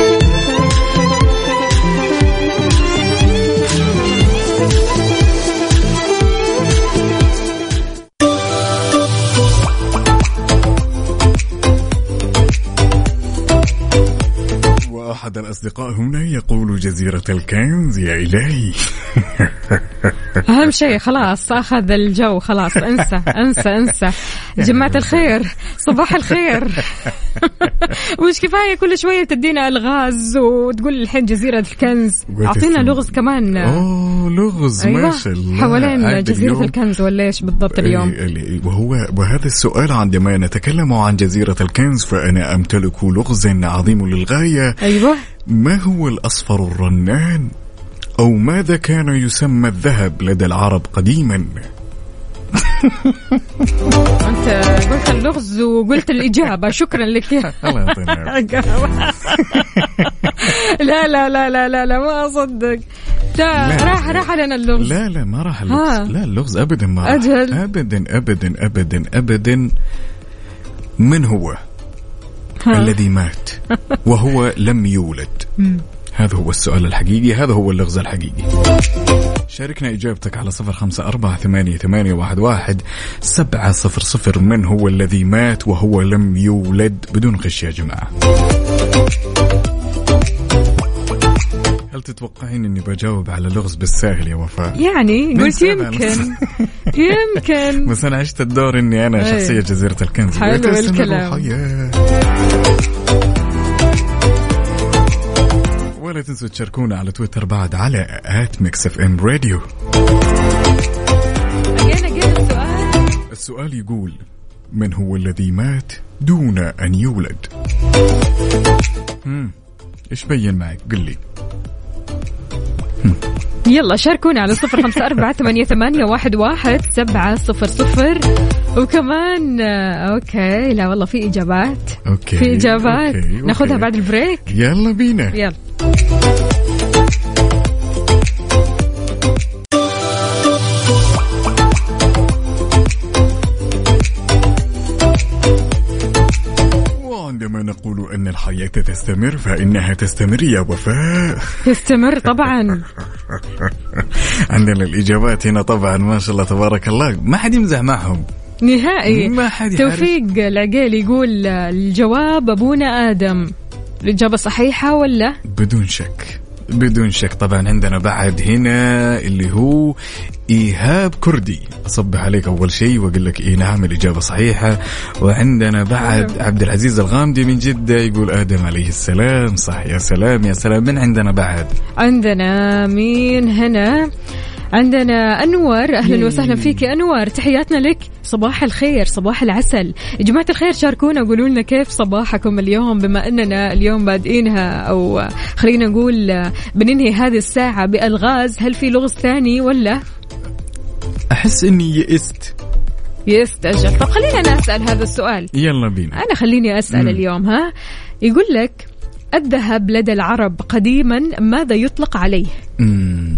أحد الأصدقاء هنا يقول جزيرة الكنز. يا إلهي. أهم شيء خلاص أخذ الجو، خلاص انسى انسى انسى. جماعة الخير صباح الخير. مش كفاية كل شوية تدينا الغاز وتقول الحين جزيرة الكنز، أعطينا لغز كمان. أوه لغز. أيوة. ما شاء الله. حوالين جزيرة الكنز ولا إيش بالضبط اليوم؟ وهو وهذا السؤال عندما نتكلم عن جزيرة الكنز فأنا أمتلك لغز عظيم للغاية. أيوة. ما هو الأصفر الرنان؟ أو ماذا كان يسمى الذهب لدى العرب قديما؟ أنت قلت اللغز وقلت الإجابة، شكرا لك. لا لا لا لا لا لا ما أصدق. راح راح علينا اللغز. لا لا ما راح اللغز. لا اللغز أبدا ما راح. أجل. أبدا أبدا أبدا أبدا. من هو ها. الذي مات وهو لم يولد؟ هذا هو السؤال الحقيقي، هذا هو اللغز الحقيقي. شاركنا إجابتك على صفر خمسة أربعة ثمانية ثمانية واحد واحد سبعة صفر صفر. من هو الذي مات وهو لم يولد؟ بدون غش يا جماعة. هل تتوقعين أني بجاوب على لغز بالساهل يا وفاء؟ يعني قلت يمكن يمكن بس أنا عشت الدور أني أنا شخصية جزيرة الكنز. حلو الكلام. ولا تنسوا تشاركونا على تويتر بعد على آت ميكس اف ام راديو. أجينا أجينا السؤال. السؤال يقول: من هو الذي مات دون أن يولد؟ هم. إيش بين معك؟ قل لي. يلا شاركونا على صفر خمسة أربعة ثمانية ثمانية واحد واحد سبعة صفر صفر. وكمان أوكي لا والله في إجابات. أوكي. في إجابات. أوكي. أوكي. ناخذها بعد البريك. يلا بينا. يلا. عندما نقول أن الحياة تستمر فإنها تستمر يا وفاء. تستمر طبعا. عندنا الإجابات هنا طبعا ما شاء الله تبارك الله، ما حد يمزح معهم نهائي. ما حد. توفيق العقيل يقول الجواب أبونا آدم. الإجابة صحيحة ولا؟ بدون شك بدون شك. طبعا عندنا بعد هنا اللي هو إيهاب كردي، أصبح عليك أول شيء وأقول لك إيه نعم الإجابة صحيحة. وعندنا بعد عبد العزيز الغامدي من جدة يقول آدم عليه السلام. صح. يا سلام يا سلام. من عندنا بعد؟ عندنا مين هنا؟ عندنا أنور. أهلا وسهلا فيك أنور، تحياتنا لك. صباح الخير صباح العسل. يا جماعة الخير شاركونا وقولوا لنا كيف صباحكم اليوم، بما أننا اليوم بادئينها أو خلينا نقول بننهي هذه الساعة بألغاز. هل في لغز ثاني ولا؟ أحس إني يئست. يئست أجل. طب خلينا أنا أسأل هذا السؤال. يلا بينا. أنا خليني أسأل. مم. اليوم ها يقول لك الذهب لدى العرب قديما ماذا يطلق عليه؟ مم.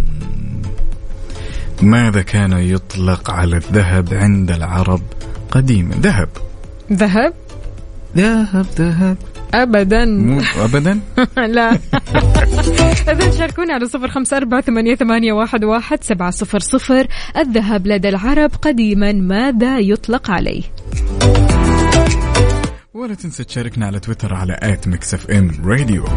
ماذا كان يطلق على الذهب عند العرب قديما؟ ذهب ذهب ذهب ذهب أبدا. مو أبدا. لا. إذا شاركونا على صفر خمسة أربعة ثمانية ثمانية واحد واحد سبعة صفر صفر. الذهب لدى العرب قديما ماذا يطلق عليه؟ ولا تنسى تشاركنا على تويتر على آت ميكس اف ام راديو.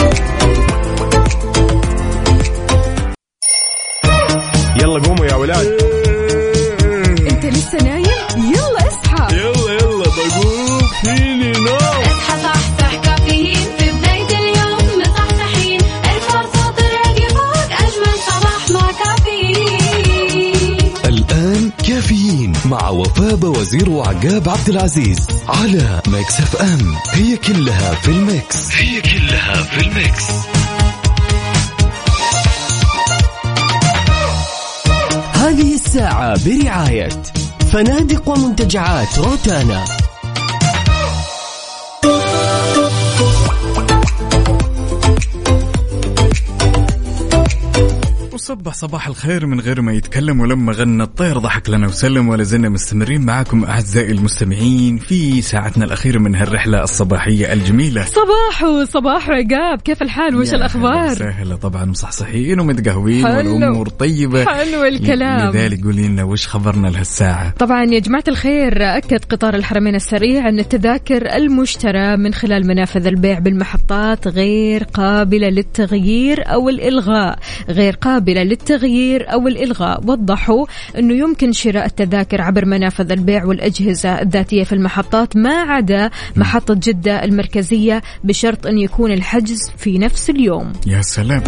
يلا قوموا يا ولاد. انت لسه نايم؟ يلا اصحى. يلا يلا بقوم فيني نوم. اصحى صحصح كافيين في بداية اليوم مصحصحين. الفرصة تراك فوق أجمل صباح مع كافيين. الآن كافيين مع وفاء وزير وعقاب عبد العزيز على ميكس اف ام. هي كلها في الميكس. هي كلها في الميكس. هذه الساعة برعاية فنادق ومنتجعات روتانا. وصبح صباح الخير من غير ما يتكلم، ولما غنى الطير ضحك لنا وسلم. ولا زلنا مستمرين معكم أعزائي المستمعين في ساعتنا الأخيرة من هالرحلة الصباحية الجميلة. صباح وصباح عقاب، كيف الحال وش الأخبار؟ سهلة طبعا، مصحصحين ومتقهوين والأمور طيبة. حلو الكلام. لذلك قولي لنا وش خبرنا لهالساعة. طبعا يا جماعة الخير، أكد قطار الحرمين السريع أن التذاكر المشترى من خلال منافذ البيع بالمحطات غير قابلة للتغيير أو الإلغاء. غير قابلة للتغيير أو الإلغاء. وضحوا أنه يمكن شراء التذاكر عبر منافذ البيع والأجهزة الذاتية في المحطات ما عدا محطة جدة المركزية، بشرط أن يكون الحجز في نفس اليوم. يا سلام.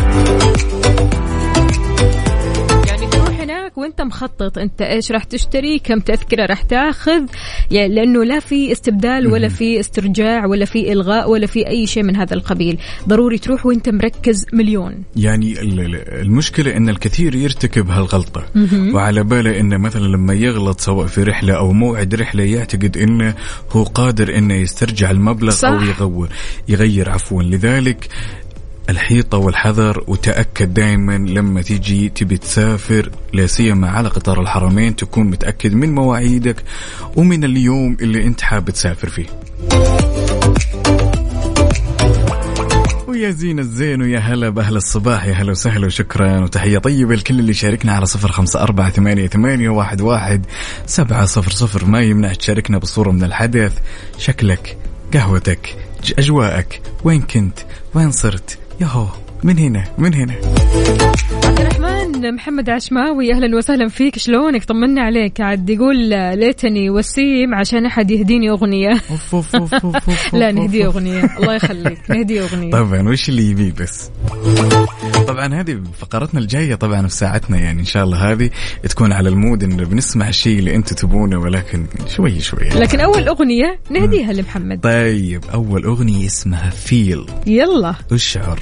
وانت مخطط انت ايش راح تشتري، كم تذكرة راح تاخذ، يعني لانه لا في استبدال ولا في استرجاع ولا في الغاء ولا في اي شيء من هذا القبيل. ضروري تروح وانت مركز مليون. يعني المشكلة ان الكثير يرتكب هالغلطة وعلى باله انه مثلا لما يغلط سواء في رحلة او موعد رحلة يعتقد انه هو قادر انه يسترجع المبلغ صح. او يغير يغير عفوا. لذلك الحيطة والحذر، وتأكد دائما لما تيجي تبي تسافر لا سيما على قطار الحرمين تكون متأكد من مواعيدك ومن اليوم اللي انت حاب تسافر فيه. ويا زين الزين ويا هلا بأهل الصباح، يا هلا وسهلا وشكرا وتحية طيبة لكل اللي شاركنا على صفر خمسة أربعة ثمانية ثمانية واحد واحد سبعة صفر صفر. ما يمنع تشاركنا بصورة من الحدث، شكلك، قهوتك، أجواءك، وين كنت، وين صرت، ياهو من هنا من هنا. عبد الرحمن كمان محمد عشماوي أهلا وسهلا فيك، شلونك؟ طمنا عليك. عاد يقول ليتني وسيم عشان أحد يهديني أغنية. أوف أوف أوف أوف أوف لا نهدي أغنية، الله يخليك نهدي أغنية. طبعا وش اللي يبي بس. طبعا هذه فقرتنا الجاية طبعا في ساعتنا، يعني إن شاء الله هذه تكون على المود إن بنسمع الشيء اللي أنتم تبونه، ولكن شوي شوي. لكن أول أغنية نهديها لمحمد. طيب أول أغنية اسمها فيل. يلا اشعر.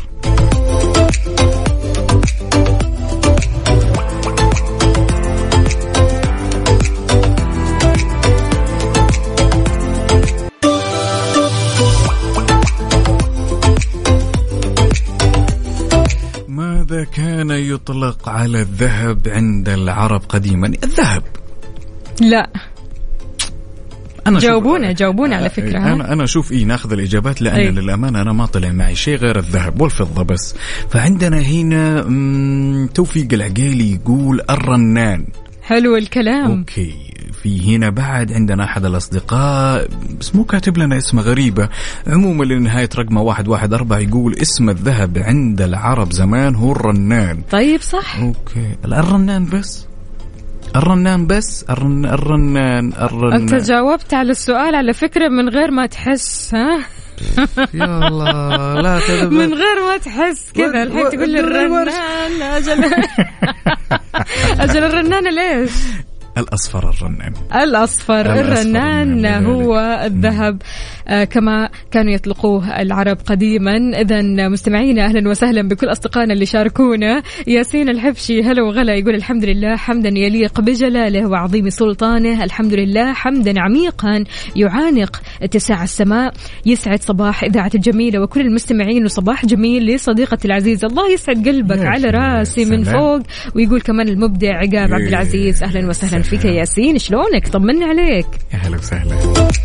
ماذا كان يطلق على الذهب عند العرب قديما؟ الذهب. لا أنا جاوبونا جاوبونا على فكرة. أنا أنا أشوف إيه ناخذ الإجابات، لأن أي. للأمانة أنا ما طلع معي شيء غير الذهب والفضة بس. فعندنا هنا توفيق العقيلي يقول الرنان. حلو الكلام. أوكي. في هنا بعد عندنا أحد الأصدقاء بس مو كاتب لنا اسمه غريبة، عموما لنهاية رقمه واحد واحد أربعة يقول اسم الذهب عند العرب زمان هو الرنان. طيب صح. أوكي الرنان بس الرنان بس الرن... الرنان الرنان. أنت جاوبت على السؤال على فكرة من غير ما تحس. ها يا الله لا تدبر. من غير ما تحس كذا الحين تقول لي الرنان. أجل أجل الرنان ليش؟ الأصفر الرنان. الأصفر الرنان هو الذهب آه كما كانوا يطلقوه العرب قديما. إذن مستمعينا أهلا وسهلا بكل أصدقائنا اللي شاركونا. ياسين الحبشي هلا وغلا يقول الحمد لله حمدا يليق بجلاله وعظيم سلطانه، الحمد لله حمدا عميقا يعانق اتساع السماء. يسعد صباح إذاعة الجميلة وكل المستمعين، وصباح جميل لصديقتي العزيزة. الله يسعد قلبك على راسي من فوق. ويقول كمان المبدع عقاب عبد العزيز أهلا وسهلا فيك ياسين، شلونك؟ طمنا عليك. يا هلا وسهلا.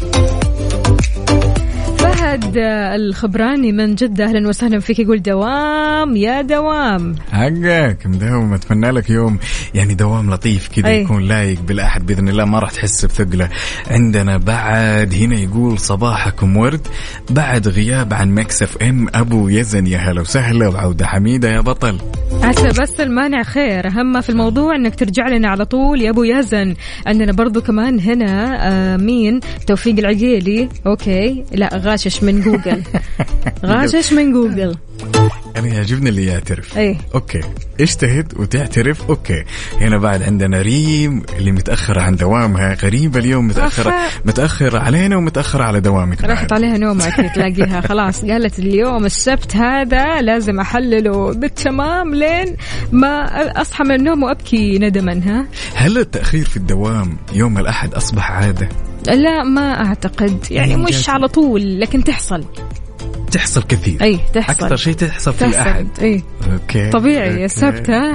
فهد الخبراني من جدة أهلا وسهلا فيك يقول دوام يا دوام. حقك مداوم، أتمنى لك يوم يعني دوام لطيف كذا يكون لايق بالأحد بإذن الله، ما راح تحس بثقله. عندنا بعد هنا يقول صباحكم ورد بعد غياب عن ميكس اف ام أبو يزن. يا هلا وسهلا وعودة حميدة يا بطل. عسى بس المانع خير، أهم في الموضوع أنك ترجع لنا على طول يا أبو يزن. عندنا برضو كمان هنا آه مين توفيق العقيلي. أوكي لا غاشش من جوجل. غاشش من جوجل. أنا يعجبني اللي يعترف. أيه. أوكي اجتهد وتعترف. أوكي هنا بعد عندنا ريم اللي متأخرة عن دوامها، غريبة اليوم متأخرة أخ... متأخرة علينا ومتأخرة على دوامك. راحت عليها نوم أكيد تلاقيها خلاص قالت اليوم السبت هذا لازم أحلله بالتمام لين ما أصحى من النوم وأبكي ندما. ها هل التأخير في الدوام يوم الأحد أصبح عادة؟ لا ما أعتقد يعني مش على طول لكن تحصل تحصل كثير. أي تحصل أكثر شيء تحصل في الأحد. أي أوكي. طبيعي أوكي. السبت ها.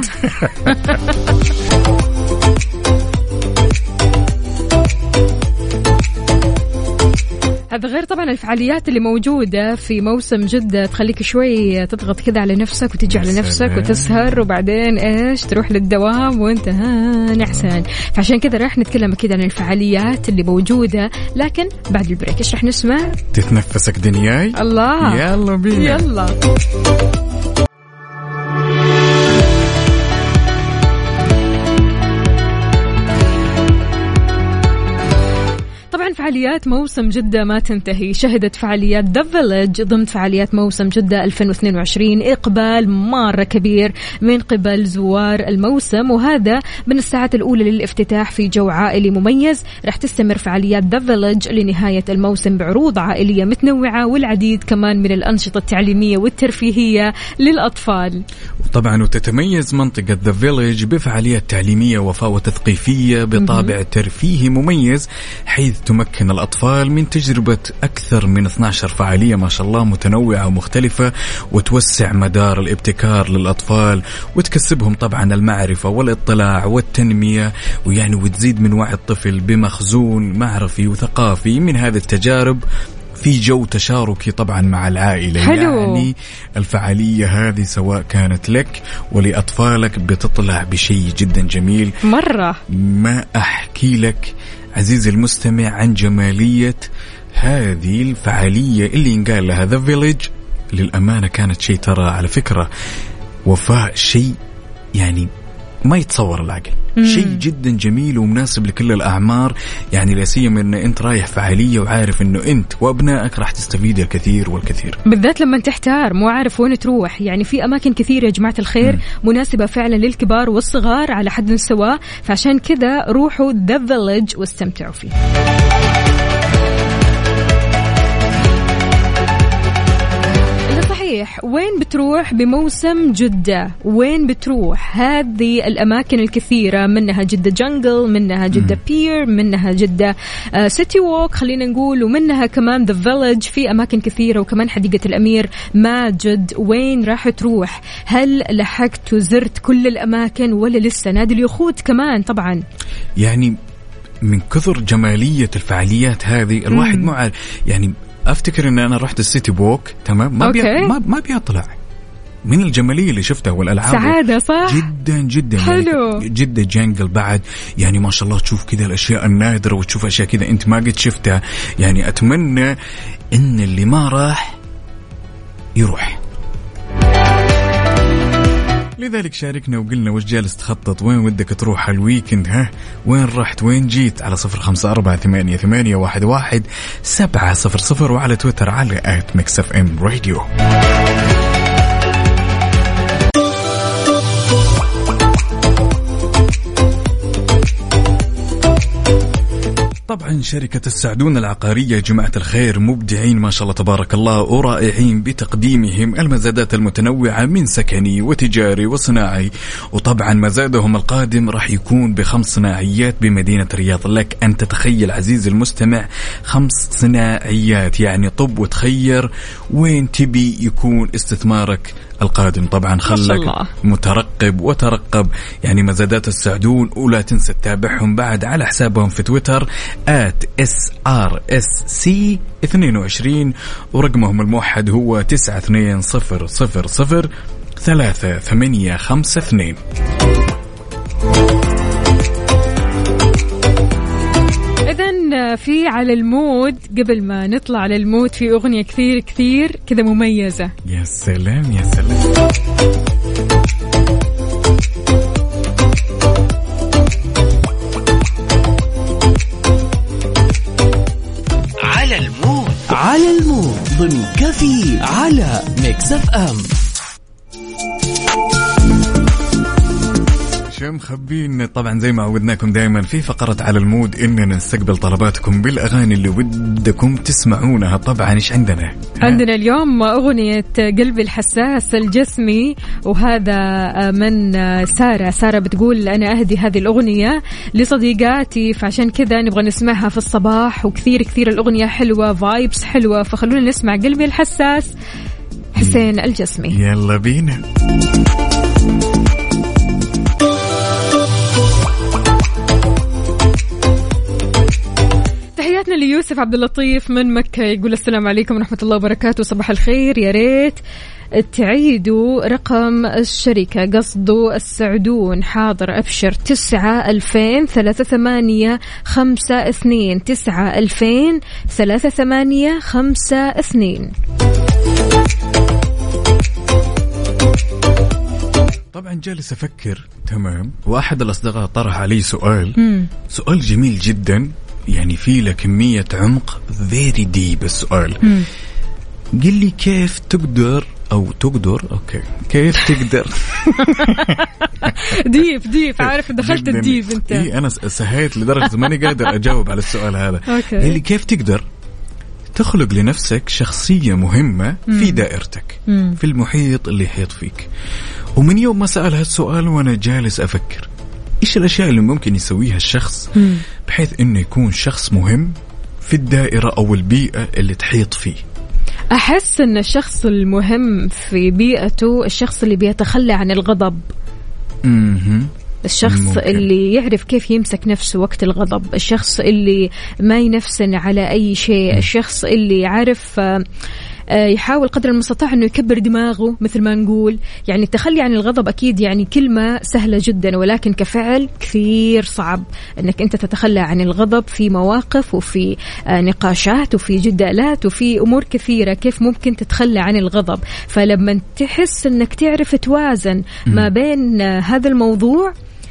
هذا غير طبعا الفعاليات اللي موجودة في موسم جدة تخليك شوي تضغط كذا على نفسك وتجي على نفسك وتسهر وبعدين إيش تروح للدوام وانت ها نعسان. فعشان كذا راح نتكلم أكيد عن الفعاليات اللي موجودة، لكن بعد البريك إيش راح نسمع؟ تتنفسك دنياي. الله يلا بينا يلا. فعاليات موسم جدة ما تنتهي. شهدت فعاليات The Village ضمن فعاليات موسم جدة ألفين واثنين وعشرين إقبال مرة كبير من قبل زوار الموسم، وهذا من الساعات الأولى للافتتاح في جو عائلي مميز. رح تستمر فعاليات The Village لنهاية الموسم بعروض عائلية متنوعة والعديد كمان من الأنشطة التعليمية والترفيهية للأطفال. طبعا وتتميز منطقة The Village بفعاليات تعليمية وفاء وتثقيفية بطابع ترفيهي مميز، حيث تمكن الأطفال من تجربة أكثر من اثنتي عشرة فعالية ما شاء الله متنوعة ومختلفة، وتوسع مدار الابتكار للأطفال وتكسبهم طبعا المعرفة والاطلاع والتنمية، ويعني وتزيد من وعي الطفل بمخزون معرفي وثقافي من هذه التجارب في جو تشاركي طبعا مع العائلة. حلو. يعني الفعالية هذه سواء كانت لك ولأطفالك بتطلع بشيء جدا جميل مرة. ما أحكي لك عزيزي المستمع عن جمالية هذه الفعالية اللي ينقال لها The Village. للأمانة كانت شيء، ترى على فكرة وفاء شيء يعني ما يتصور العقل. شيء جدا جميل ومناسب لكل الأعمار، يعني لا سيما إن أنت رايح فعالية وعارف إنه أنت وأبنائك راح تستفيد الكثير والكثير، بالذات لما تحتار مو عارف وين تروح. يعني في أماكن كثيرة يا جماعة الخير م. مناسبة فعلا للكبار والصغار على حد سواء، فعشان كذا روحوا The Village واستمتعوا فيه. وين بتروح بموسم جدة؟ وين بتروح؟ هذه الأماكن الكثيرة، منها جدة جنجل، منها جدة بير، منها جدة آه سيتي ووك خلينا نقول، ومنها كمان ذا فيلج. في أماكن كثيرة وكمان حديقة الأمير ماجد. وين راح تروح؟ هل لحقت وزرت كل الأماكن ولا لسه؟ نادي اليخوت كمان طبعا، يعني من كثر جمالية الفعاليات هذه الواحد مو عارف. يعني افتكر ان انا رحت السيتي ووك تمام، ما بي... ما ما بيطلع من الجماليه اللي شفتها والالعاب سعاده صح جدا جدا حلو. يعني جدا جنجل بعد، يعني ما شاء الله تشوف كذا الاشياء النادره وتشوف اشياء كذا انت ما قد شفتها. يعني اتمنى ان اللي ما راح يروح. لذلك شاركنا وقلنا وش جالس تخطط، وين ودك تروح الويكند، ها وين رحت وين جيت، على صفر خمسة أربعة ثمانية ثمانية واحد واحد سبعة صفر صفر، وعلى تويتر على آت ميكس اف ام راديو. طبعا شركة السعدون العقارية جماعة الخير مبدعين ما شاء الله تبارك الله ورائعين بتقديمهم المزادات المتنوعة من سكني وتجاري وصناعي. وطبعا مزادهم القادم راح يكون بخمس صناعيات بمدينة الرياض. لك أن تتخيل عزيزي المستمع خمس صناعيات، يعني طب وتخير وين تبي يكون استثمارك القادم. طبعا خلك مترقب وترقب يعني مزادات السعدون، ولا تنسى تتابعهم بعد على حسابهم في تويتر آت إس آر إس سي اثنين وعشرين، ورقمهم الموحد هو تسعة اثنين صفر صفر صفر ثلاثة ثمانية خمسة اثنين. في على المود، قبل ما نطلع على المود في أغنية كثير كثير كذا مميزة. يا سلام يا سلام. على المود على المود ضمن كفي على ميكس اف ام. مخبين طبعا زي ما عودناكم دائما في فقرة على المود إننا نستقبل طلباتكم بالأغاني اللي ودكم تسمعونها. طبعا إيش عندنا؟ عندنا اليوم أغنية قلبي الحساس الجسمي، وهذا من سارة. سارة بتقول أنا أهدي هذه الأغنية لصديقاتي، فعشان كذا نبغى نسمعها في الصباح، وكثير كثير الأغنية حلوة، فايبس حلوة، فخلونا نسمع قلبي الحساس حسين الجسمي. يلا بينا. تحياتنا ليوسف عبد اللطيف من مكة، يقول السلام عليكم ورحمة الله وبركاته، صباح الخير، يا ريت تعيدوا رقم الشركة، قصده السعدون. حاضر أبشر، تسعة ألفين ثلاثة ثمانية خمسة اثنين، تسعة ألفين ثلاثة ثمانية خمسة اثنين. طبعا جالس أفكر تمام، وأحد الأصدقاء طرح علي سؤال مم. سؤال جميل جدا، يعني فيه له كمية عمق very deep السؤال. مم. قل لي كيف تقدر أو تقدر أوكي كيف تقدر ديف ديف عارف دخلت الديف أنت. إيه أنا سهيت لدرجة ماني قادر أجاوب على السؤال هذا. قل لي كيف تقدر تخلق لنفسك شخصية مهمة مم. في دائرتك، مم. في المحيط اللي يحيط فيك. ومن يوم ما سأل هالسؤال وأنا جالس أفكر إيش الأشياء اللي ممكن يسويها الشخص مم. بحيث إنه يكون شخص مهم في الدائرة أو البيئة اللي تحيط فيه. أحس أن الشخص المهم في بيئته الشخص اللي بيتخلى عن الغضب. مم. الشخص ممكن. اللي يعرف كيف يمسك نفسه وقت الغضب، الشخص اللي ما ينفسن على أي شيء، الشخص اللي يعرف يحاول قدر المستطاع أنه يكبر دماغه مثل ما نقول. يعني التخلي عن الغضب أكيد يعني كلمة سهلة جدا، ولكن كفعل كثير صعب أنك أنت تتخلى عن الغضب في مواقف وفي نقاشات وفي جدالات وفي أمور كثيرة. كيف ممكن تتخلى عن الغضب؟ فلما تحس أنك تعرف توازن ما بين هذا الموضوع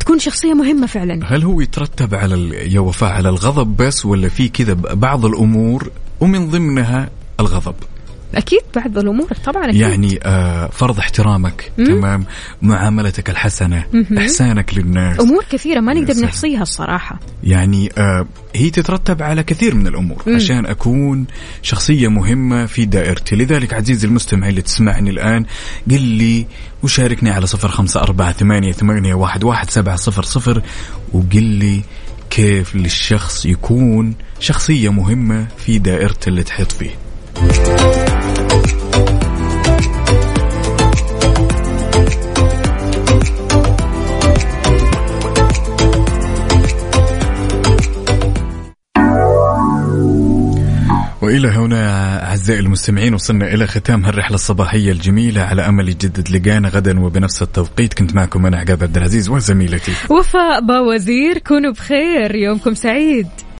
يكون شخصية مهمة فعلا. هل هو يترتب على ال- يا وفاء على الغضب بس، ولا في كذا بعض الأمور ومن ضمنها الغضب؟ أكيد بعض الأمور طبعا أكيد. يعني آه فرض احترامك، مم. تمام، معاملتك الحسنة، مم. إحسانك للناس، أمور كثيرة ما نقدر سلام. نحصيها الصراحة. يعني آه هي تترتب على كثير من الأمور مم. عشان أكون شخصية مهمة في دائرتي. لذلك عزيزي المستمع اللي تسمعني الآن، قل لي وشاركني على صفر خمسة أربعة ثمانية ثمانية واحد واحد سبعة صفر صفر، وقل لي كيف للشخص يكون شخصية مهمة في دائرته اللي تحيط فيه. وإلى هنا أعزائي المستمعين وصلنا إلى ختام هالرحلة الصباحية الجميلة، على أمل يجدد لقانا غدا وبنفس التوقيت. كنت معكم أنا عقاب عبد العزيز وزميلتي وفاء باوزير. كونوا بخير، يومكم سعيد.